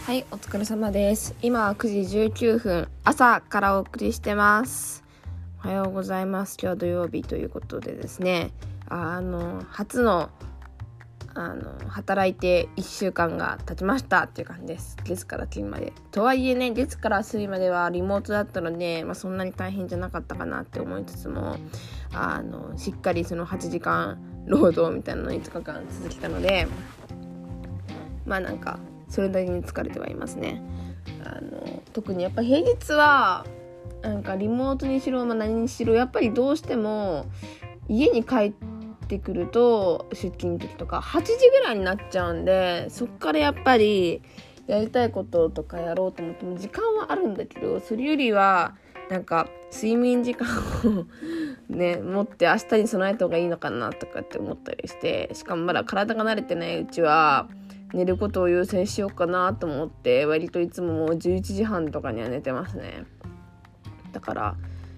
はい、お疲れ様です。今は9時19分、朝からお送りしてます。おはようございます。今日は土曜日ということでですね、初の働いて1週間が経ちましたっていう感じです。月から金まで。とはいえね、月から水まではリモートだったので、そんなに大変じゃなかったかなって思いつつも、しっかりその8時間労働みたいなの5日間続けたので、それなりに疲れてはいますね。特にやっぱ平日はリモートにしろ、何にしろやっぱりどうしても家に帰ってくると出勤の時とか8時ぐらいになっちゃうんで、そっからやっぱりやりたいこととかやろうと思っても時間はあるんだけど、それよりは睡眠時間をね持って明日に備えた方がいいのかなとかって思ったりして、しかもまだ体が慣れてないうちは寝ることを優先しようかなと思って、割といつももう11時半とかには寝てますね。だから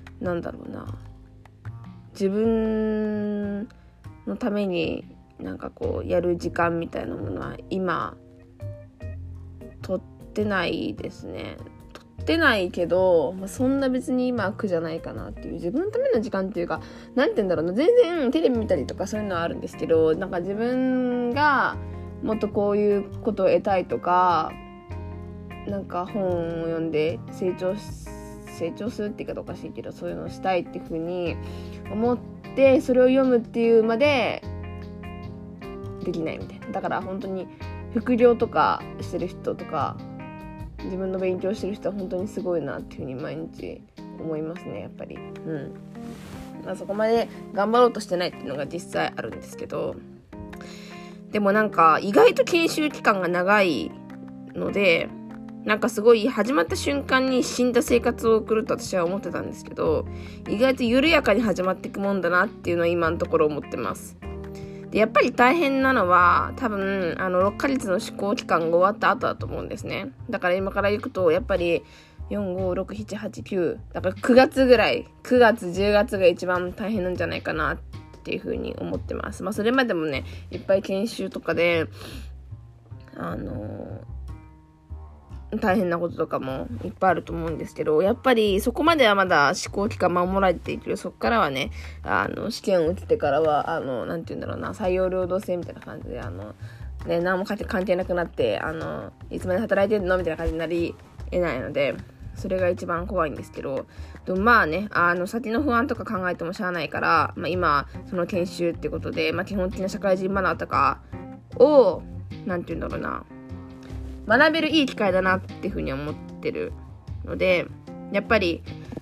自分のためにやる時間みたいなものは今取ってないですね。取ってないけど、そんな別に今苦じゃないかなっていう、自分のための時間っていうか、全然テレビ見たりとかそういうのはあるんですけど、自分がもっとこういうことを得たいとか、本を読んで成長するって言い方おかしいけど、そういうのをしたいっていう風に思ってそれを読むっていうまでできないみたいな。だから本当に副業とかしてる人とか自分の勉強してる人は本当にすごいなっていう風に毎日思いますね、やっぱり。そこまで頑張ろうとしてないっていうのが実際あるんですけど、でも意外と研修期間が長いので、すごい始まった瞬間に死んだ生活を送ると私は思ってたんですけど、意外と緩やかに始まっていくもんだなっていうのは今のところ思ってます。でやっぱり大変なのは多分6ヶ月の試行期間が終わった後だと思うんですね。だから今から行くとやっぱり4、5、6、7、8、9だから9月ぐらい、9月10月が一番大変なんじゃないかなっていう風に思ってます。それまでもねいっぱい研修とかで大変なこととかもいっぱいあると思うんですけど、やっぱりそこまではまだ試行期間守られている。そこからはね試験を受けてからは採用労働制みたいな感じで何も関係なくなっていつまで働いてるのみたいな感じになり得ないので、それが一番怖いんですけど、先の不安とか考えてもしゃあないから、今その研修ってことで、基本的な社会人マナーとかを学べるいい機会だなっていうふうに思ってるので、やっぱり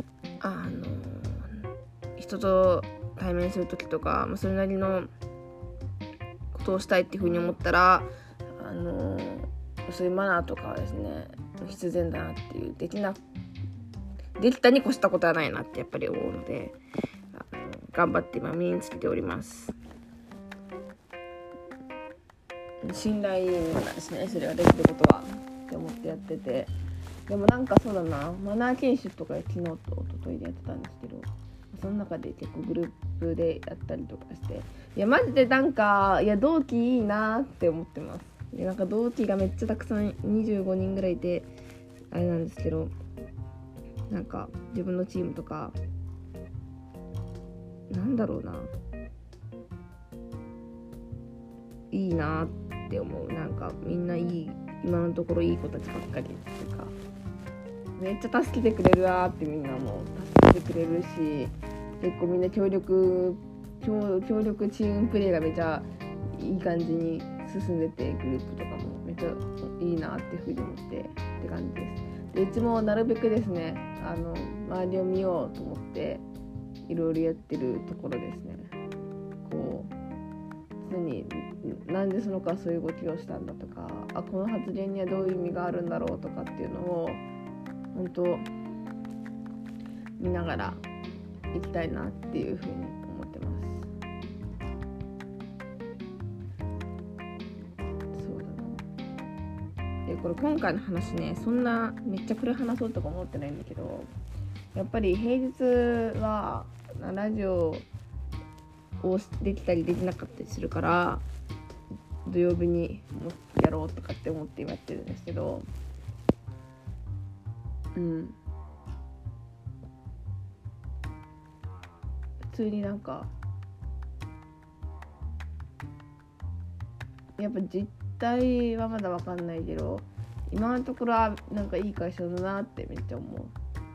人と対面する時とか、それなりのことをしたいっていうふうに思ったらそういうマナーとかはですね必然だなっていう、できたに越したことはないなってやっぱり思うので、頑張って今身につけております。信頼なんですね、それができることはって思ってやってて。でもそうだな、マナー研修とか昨日と一昨日でやってたんですけど、その中で結構グループでやったりとかして、マジで同期いいなって思ってます。で同期がめっちゃたくさん25人ぐらいいてあれなんですけど、自分のチームとかいいなって思う。みんないい、今のところいい子たちばっかりっていうか、めっちゃ助けてくれるわってみんなも助けてくれるし、結構みんな協力チームプレーがめちゃいい感じに進んでて、グループとかもめっちゃいいなっていうふうに思ってって感じです。でうちもなるべくですね周りを見ようと思っていろいろやってるところですね。常になんでその子はそういう動きをしたんだとか、この発言にはどういう意味があるんだろうとかっていうのを本当見ながらいきたいなっていうふうに思ってます。そうだな。でこれ今回の話ね、そんなめっちゃこれ話そうとか思ってないんだけど、やっぱり平日はラジオをできたりできなかったりするから、土曜日にやろうとかって思って今やってるんですけど、 普通になんかやっぱ実態はまだ分かんないけど、今のところはなんかいい会社だなってめっちゃ思う。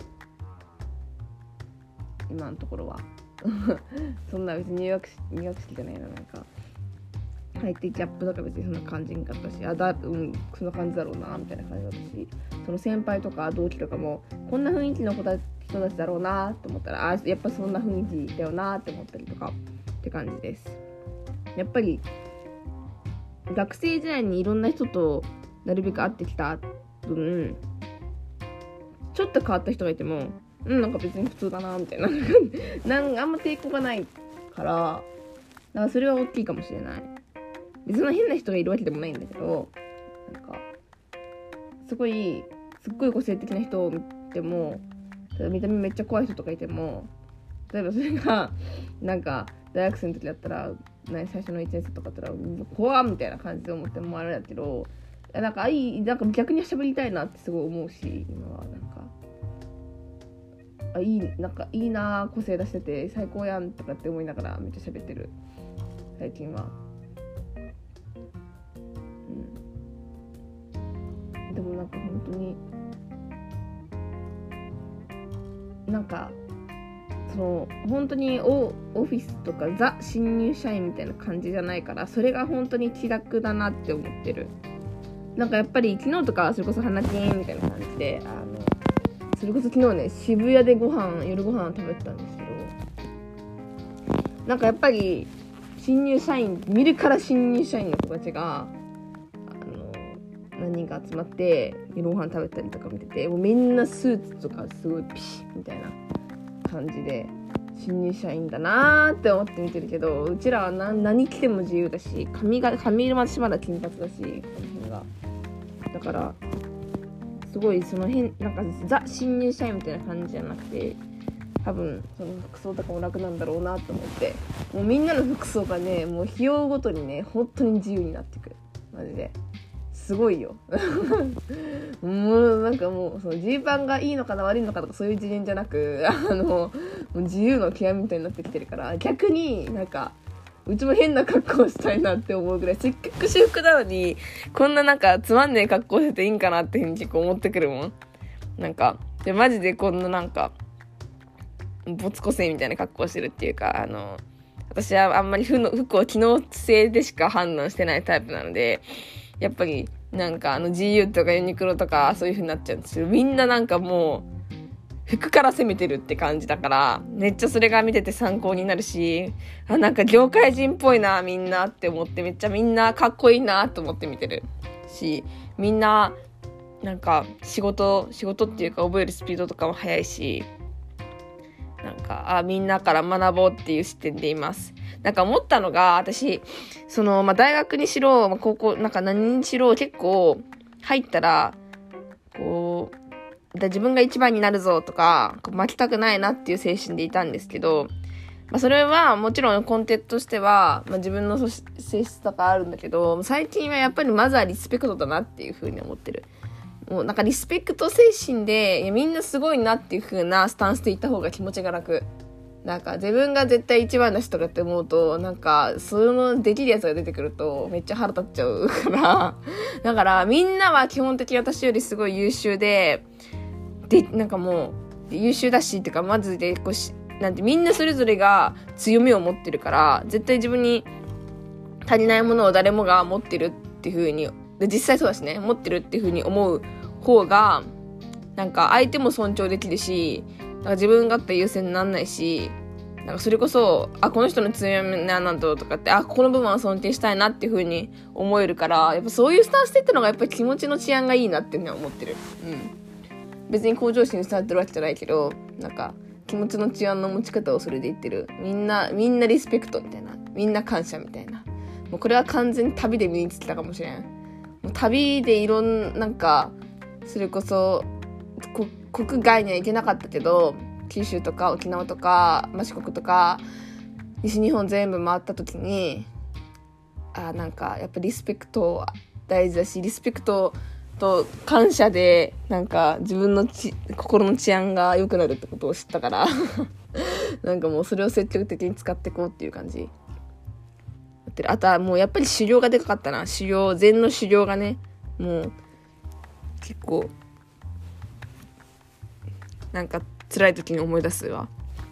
今のところはそんな別に入学式じゃないな、なんか入ってギャップとか別にそんな感じにかったし、そんな感じだろうなみたいな感じだったし、その先輩とか同期とかもこんな雰囲気の人たちだろうなって思ったら、やっぱそんな雰囲気だよなって思ったりとかって感じです。やっぱり学生時代にいろんな人となるべく会ってきた分、ちょっと変わった人がいてもなんか別に普通だなみたいなあんま抵抗がないから、だからそれは大きいかもしれない。そんな変な人がいるわけでもないんだけど、なんかすっごい個性的な人を見ても、見た目めっちゃ怖い人とかいても、例えばそれがなんか大学生の時だったら最初の1年生とかだったら怖みたいな感じで思ってもあれだけど、なんか逆に喋りたいなってすごい思うし、今はなんかいいな、個性出してて最高やんとかって思いながらめっちゃ喋ってる最近は。でもなんか本当になんかその本当にオフィスとかザ新入社員みたいな感じじゃないから、それが本当に気楽だなって思ってる。なんかやっぱり昨日とかそれこそ花金みたいな感じで、それこそ昨日ね渋谷で夜ご飯食べてたんですけど、なんかやっぱり見るから新入社員の子たちが何人か集まって夜ご飯食べたりとか見てて、もうみんなスーツとかすごいピシッみたいな感じで新入社員だなーって思って見てるけど、うちらは何着ても自由だし、髪色まだ金髪だし、この辺がだからすごいその辺なんかザ新入社員みたいな感じじゃなくて、多分その服装とかも楽なんだろうなと思って、もうみんなの服装がねもう日をごとにね本当に自由になってくる。マジですごいよもうなんかもうそのジーパンがいいのかな悪いのかとかそういう次元じゃなくもう自由の極みみたいになってきてるから、逆になんかうちも変な格好したいなって思うぐらい、せっかく私服なのにこんななんかつまんねえ格好してていいんかなっていうふうに結構思ってくるもん。なんかでマジでこんななんか没個性みたいな格好してるっていうか、私はあんまり服を機能性でしか判断してないタイプなので、やっぱりなんかGU とかユニクロとかそういう風になっちゃうんですよ。みんななんかもう服から攻めてるって感じだから、めっちゃそれが見てて参考になるし、なんか業界人っぽいなみんなって思って、めっちゃみんなかっこいいなと思って見てるし、みんななんか仕事っていうか覚えるスピードとかも速いし、なんかみんなから学ぼうっていう視点でいます。なんか思ったのが、私大学にしろ、高校なんか何にしろ結構入ったらこう自分が一番になるぞとか負けたくないなっていう精神でいたんですけど、それはもちろん根底としては、自分の性質とかあるんだけど、最近はやっぱりまずはリスペクトだなっていう風に思ってる。もうなんかリスペクト精神でみんなすごいなっていう風なスタンスでいった方が気持ちが楽。なんか自分が絶対一番だしとかって思うと、なんかそのできるやつが出てくるとめっちゃ腹立っちゃうからだからみんなは基本的に私よりすごい優秀でなんかもう優秀だしってか、まずでなんてみんなそれぞれが強みを持ってるから、絶対自分に足りないものを誰もが持ってるっていう風に、で実際そうだしね、持ってるっていう風に思う方がなんか相手も尊重できるし、なんか自分勝手優先になんないし、なんかそれこそこの人の強みなんだとかって、ここの部分は尊敬したいなっていう風に思えるから、やっぱそういうスタンスでってのがやっぱり気持ちの治安がいいなっていうのは思ってる。別に向上心に伝わってるわけじゃないけど、なんか気持ちの治安の持ち方をそれで言ってる。みんなリスペクトみたいな、みんな感謝みたいな。もうこれは完全に旅で身につけたかもしれん。もう旅でなんかそれこそ国外には行けなかったけど、九州とか沖縄とか、四国とか西日本全部回った時になんかやっぱリスペクト大事だし、リスペクトと感謝でなんか自分の心の治安が良くなるってことを知ったからなんかもうそれを積極的に使っていこうっていう感じやってる。あとはもうやっぱり修行がでかかったな。禅の修行がね、もう結構なんか辛い時に思い出すわ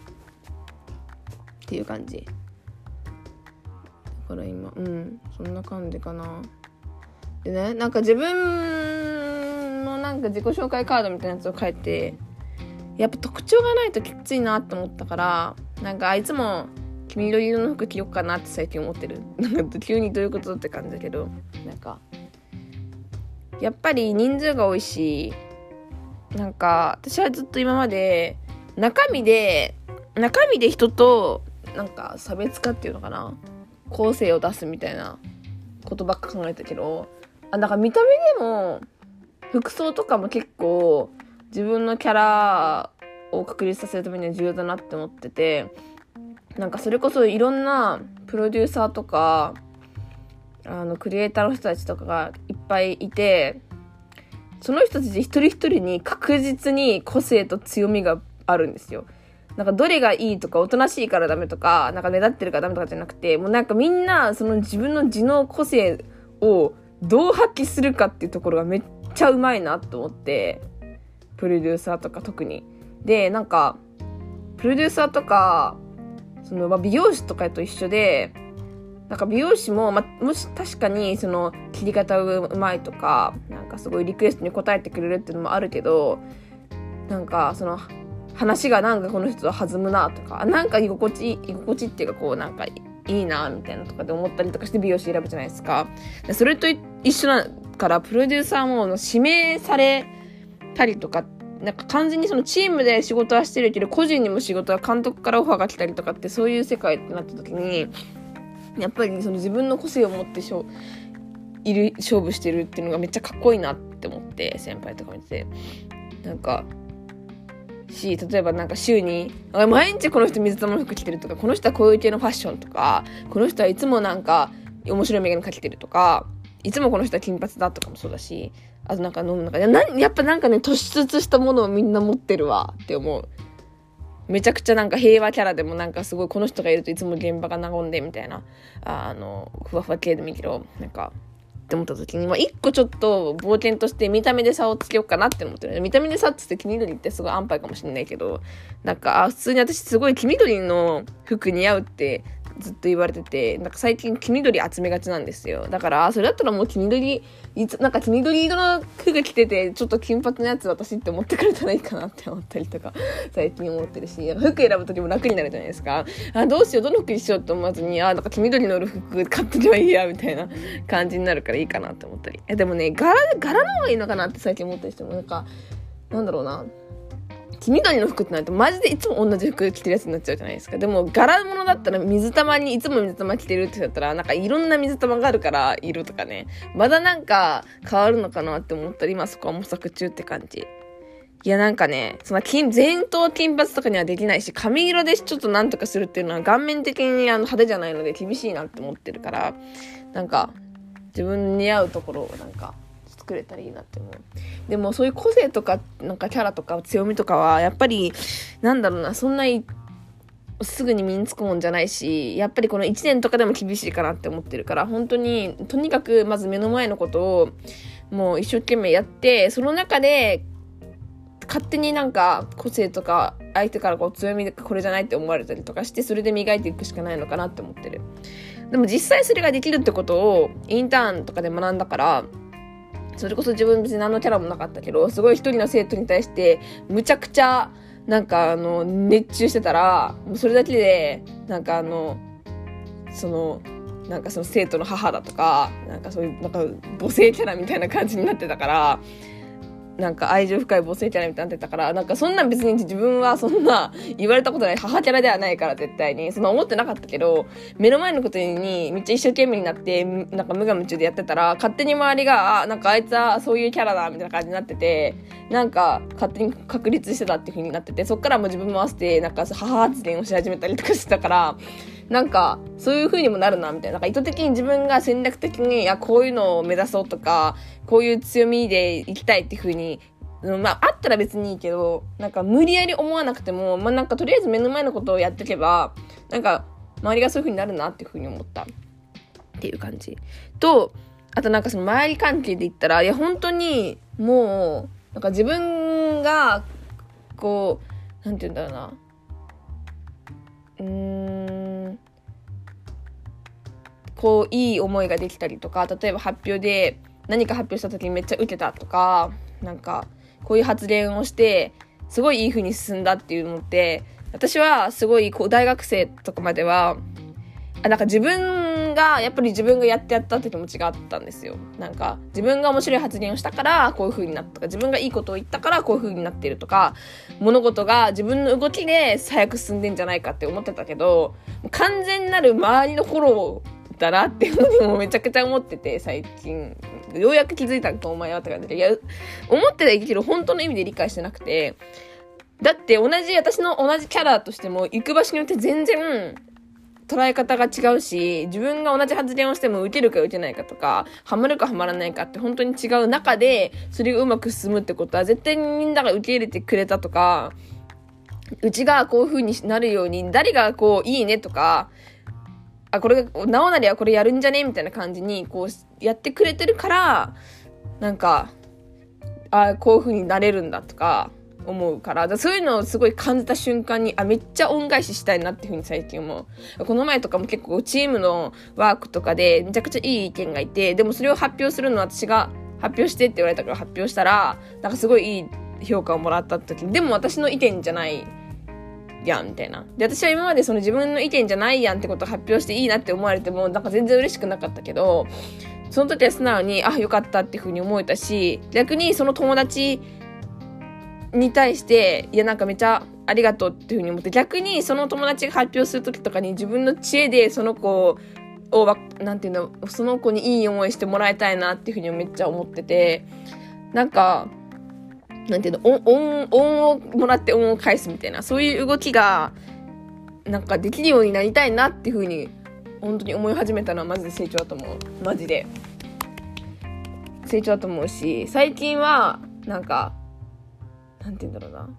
っていう感じだから今そんな感じかな。でね、なんか自分のなんか自己紹介カードみたいなやつを書いて、やっぱ特徴がないときついなって思ったから、なんかいつも黄緑色の服着よっかなって最近思ってる。なんか急にどういうことって感じだけど、なんかやっぱり人数が多いし、なんか私はずっと今まで中身で人となんか差別化っていうのかな、個性を出すみたいなことばっか考えたけど、なんか見た目でも服装とかも結構自分のキャラを確立させるためには重要だなって思ってて、なんかそれこそいろんなプロデューサーとかクリエイターの人たちとかがいっぱいいて、その人たち一人一人に確実に個性と強みがあるんですよ。なんかどれがいいとか、おとなしいからダメとか、なんか目立ってるからダメとかじゃなくて、もうなんかみんなその自分の自の個性をどう発揮するかっていうところがめっちゃうまいなと思って、プロデューサーとか特に。で、なんかプロデューサーとかその、美容師とかと一緒で、なんか美容師も、もし確かにその切り方がうまいとか、なんかすごいリクエストに応えてくれるっていうのもあるけど、なんかその話がなんかこの人と弾むなとか、なんか居心地っていうかこうなんかいいなみたいなとかで思ったりとかして美容師選ぶじゃないですか。それと一緒だからプロデューサーも指名されたりとか、なんか完全にそのチームで仕事はしてるけど個人にも仕事は監督からオファーが来たりとかって、そういう世界ってなった時にやっぱりその自分の個性を持って勝負してるっていうのがめっちゃかっこいいなって思って、先輩とか見てなんか例えばなんか週に毎日この人水玉の服着てるとか、この人はこういう系のファッションとか、この人はいつもなんか面白いメガネかけてるとか、いつもこの人は金髪だとかもそうだし、あとなんか飲むのかやっぱなんかね、突出したものをみんな持ってるわって思う。めちゃくちゃなんか平和キャラでもなんかすごいこの人がいるといつも現場が和んでみたいな、ふわふわ系でもいいけど、なんかって思った時に、一個ちょっと冒険として見た目で差をつけようかなって思ってる。見た目で差っつって黄緑ってすごい安牌かもしれないけど、なんか普通に私すごい黄緑の服似合うってずっと言われてて、なんか最近黄緑集めがちなんですよ。だからそれだったらもうなんか黄緑色の服が着ててちょっと金髪のやつ私って思ってくれたらいいかなって思ったりとか最近思ってるし、服選ぶ時も楽になるじゃないですか。どうしよう、どの服にしようと思わずに、なんか黄緑の服買ってけばいいやみたいな感じになるからいいかなって思ったり。でもね、柄の方がいいのかなって最近思ったりしても、なんかなんだろうな、黄緑の服ってなるとマジでいつも同じ服着てるやつになっちゃうじゃないですか。でも柄物だったらいつも水玉着てるってだったら、なんかいろんな水玉があるから色とかね、まだなんか変わるのかなって思ったり、今そこは模索中って感じ。いやなんかね、その前頭金髪とかにはできないし、髪色でちょっとなんとかするっていうのは顔面的に派手じゃないので厳しいなって思ってるから、なんか自分に似合うところをなんか作れたらいいなって思う。でもそういう個性とかなんかキャラとか強みとかはやっぱりなんだろうな、そんなすぐに身につくもんじゃないし、やっぱりこの1年とかでも厳しいかなって思ってるから、本当にとにかくまず目の前のことをもう一生懸命やって、その中で勝手になんか個性とか相手からこう強みでこれじゃないって思われたりとかして、それで磨いていくしかないのかなって思ってる。でも実際それができるってことをインターンとかで学んだから、それこそ自分別に何のキャラもなかったけど、すごい一人の生徒に対してむちゃくちゃなんか熱中してたら、もうそれだけでなんかその生徒の母だとか、なんかそういうなんか母性キャラみたいな感じになってたから、なんか愛情深い母性キャラみたいになってたから、なんかそんなん別に自分はそんな言われたことない母キャラではないから、絶対にそんな思ってなかったけど、目の前のことにめっちゃ一生懸命になってなんか無我夢中でやってたら、勝手に周りがなんかあいつはそういうキャラだみたいな感じになってて、なんか勝手に確立してたっていう風になってて、そっからもう自分も合わせてなんか母発言をし始めたりとかしてたから、 なんかそういう風にもなるなみたいな、なんか意図的に自分が戦略的にこういうのを目指そうとか、こういう強みでいきたいっていう風に、まああったら別にいいけど、なんか無理やり思わなくても、まあなんかとりあえず目の前のことをやっていけば、なんか周りがそういう風になるなっていう風に思ったっていう感じと、あとなんかその周り関係で言ったら、いや本当にもうなんか自分がこうなんて言うんだろうな、こういい思いができたりとか、例えば発表で何か発表した時にめっちゃ受けたとか、なんかこういう発言をしてすごいいい風に進んだっていうのって、私はすごいこう大学生とかまではなんか自分がややってやったって気持ちがあったんですよ。なんか自分が面白い発言をしたからこういう風になったとか、自分がいいことを言ったからこういう風になってるとか、物事が自分の動きで早く進んでんじゃないかって思ってたけど、完全なる周りのフォローだなっていうのにもめちゃくちゃ思ってて、最近ようやく気づいたとお前はって感じで、いや思ってたけど本当の意味で理解してなくて、だって私の同じキャラとしても行く場所によって全然捉え方が違うし、自分が同じ発言をしても受けるか受けないかとか、ハマるかハマらないかって本当に違う中で、それがうまく進むってことは絶対にみんなが受け入れてくれたとか、うちがこういう風になるように誰がこういいねとか、これがなおなりはこれやるんじゃねみたいな感じにこうやってくれてるから、なんかこういう風になれるんだとか思うから、そういうのをすごい感じた瞬間にめっちゃ恩返ししたいなっていう風に最近思う。この前とかも結構チームのワークとかでめちゃくちゃいい意見がいて、でもそれを発表するのは私が発表してって言われたから発表したら、なんかすごいいい評価をもらった時に、でも私の意見じゃないやんみたいな。で、私は今までその自分の意見じゃないやんってことを発表していいなって思われてもなんか全然嬉しくなかったけど、その時は素直によかったっていう風に思えたし、逆にその友達に対してなんかめちゃありがとうっていう風に思って、逆にその友達が発表する時とかに自分の知恵でその子をなんていうの、その子にいい思いしてもらいたいなっていう風にめっちゃ思ってて、なんかなんていうの、恩をもらって恩を返すみたいな、そういう動きがなんかできるようになりたいなっていう風に本当に思い始めたのはマジで成長だと思う。マジで成長だと思うし、最近はなんかなんて言うんだろうな、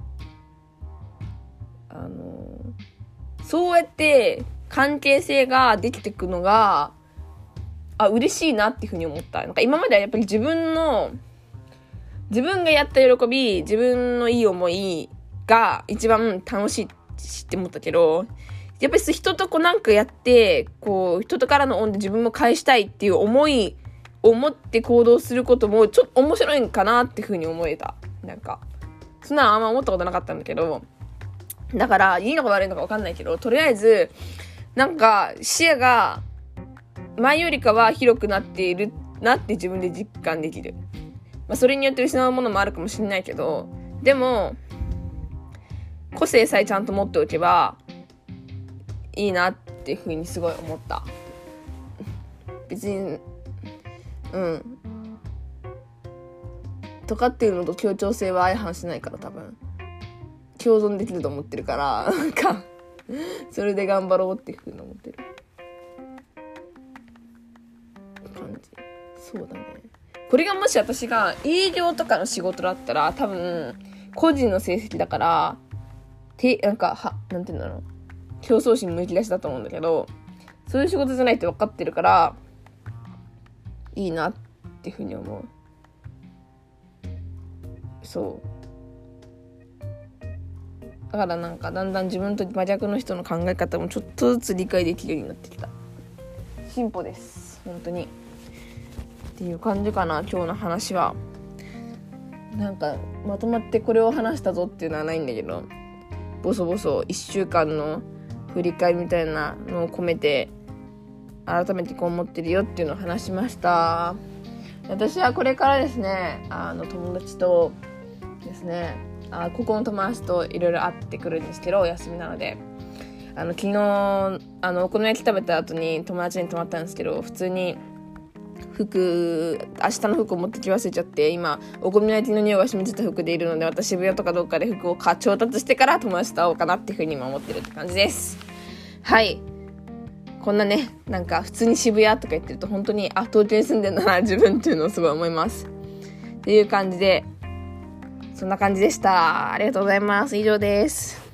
そうやって関係性ができてくのが嬉しいなっていう風に思った。なんか今まではやっぱり自分がやった喜び、自分のいい思いが一番楽しいって思ったけど、やっぱり人となんかやって人とからの恩で自分も返したいっていう思いを持って行動することもちょっと面白いんかなっていう風に思えた。なんかそんなあんま思ったことなかったんだけど、だからいいのか悪いのか分かんないけど、とりあえずなんか視野が前よりかは広くなっているなって自分で実感できる。それによって失うものもあるかもしれないけど、でも個性さえちゃんと持っておけばいいなっていう風にすごい思った。別にとかっていうのと協調性は相反しないから、多分共存できると思ってるから、なんかそれで頑張ろうっていう風に思ってる感じ。そうだね。これがもし私が営業とかの仕事だったら、多分個人の成績だからなんていうんだろう、競争心むき出しだと思うんだけど、そういう仕事じゃないって分かってるからいいなっていうふうに思う。そうだからなんかだんだん自分と真逆の人の考え方もちょっとずつ理解できるようになってきた。進歩です本当にっていう感じかな。今日の話はなんかまとまってこれを話したぞっていうのはないんだけど、ボソボソ1週間の振り返りみたいなのを込めて改めてこう思ってるよっていうのを話しました。私はこれからですね、友達とですね、ここの友達といろいろ会ってくるんですけど、お休みなので、昨日お好み焼き食べた後に友達に泊まったんですけど、普通に明日の服を持ってき忘れちゃって、今お好み焼きの匂いが染みついた服でいるので、私渋谷とかどっかで服を調達してから友達と会おうかなっていうふうに今思ってるって感じです。はい、 こんなね、なんか普通に渋谷とか言ってると本当に東京に住んでんだな自分っていうのをすごい思いますっていう感じで、そんな感じでした。ありがとうございます。以上です。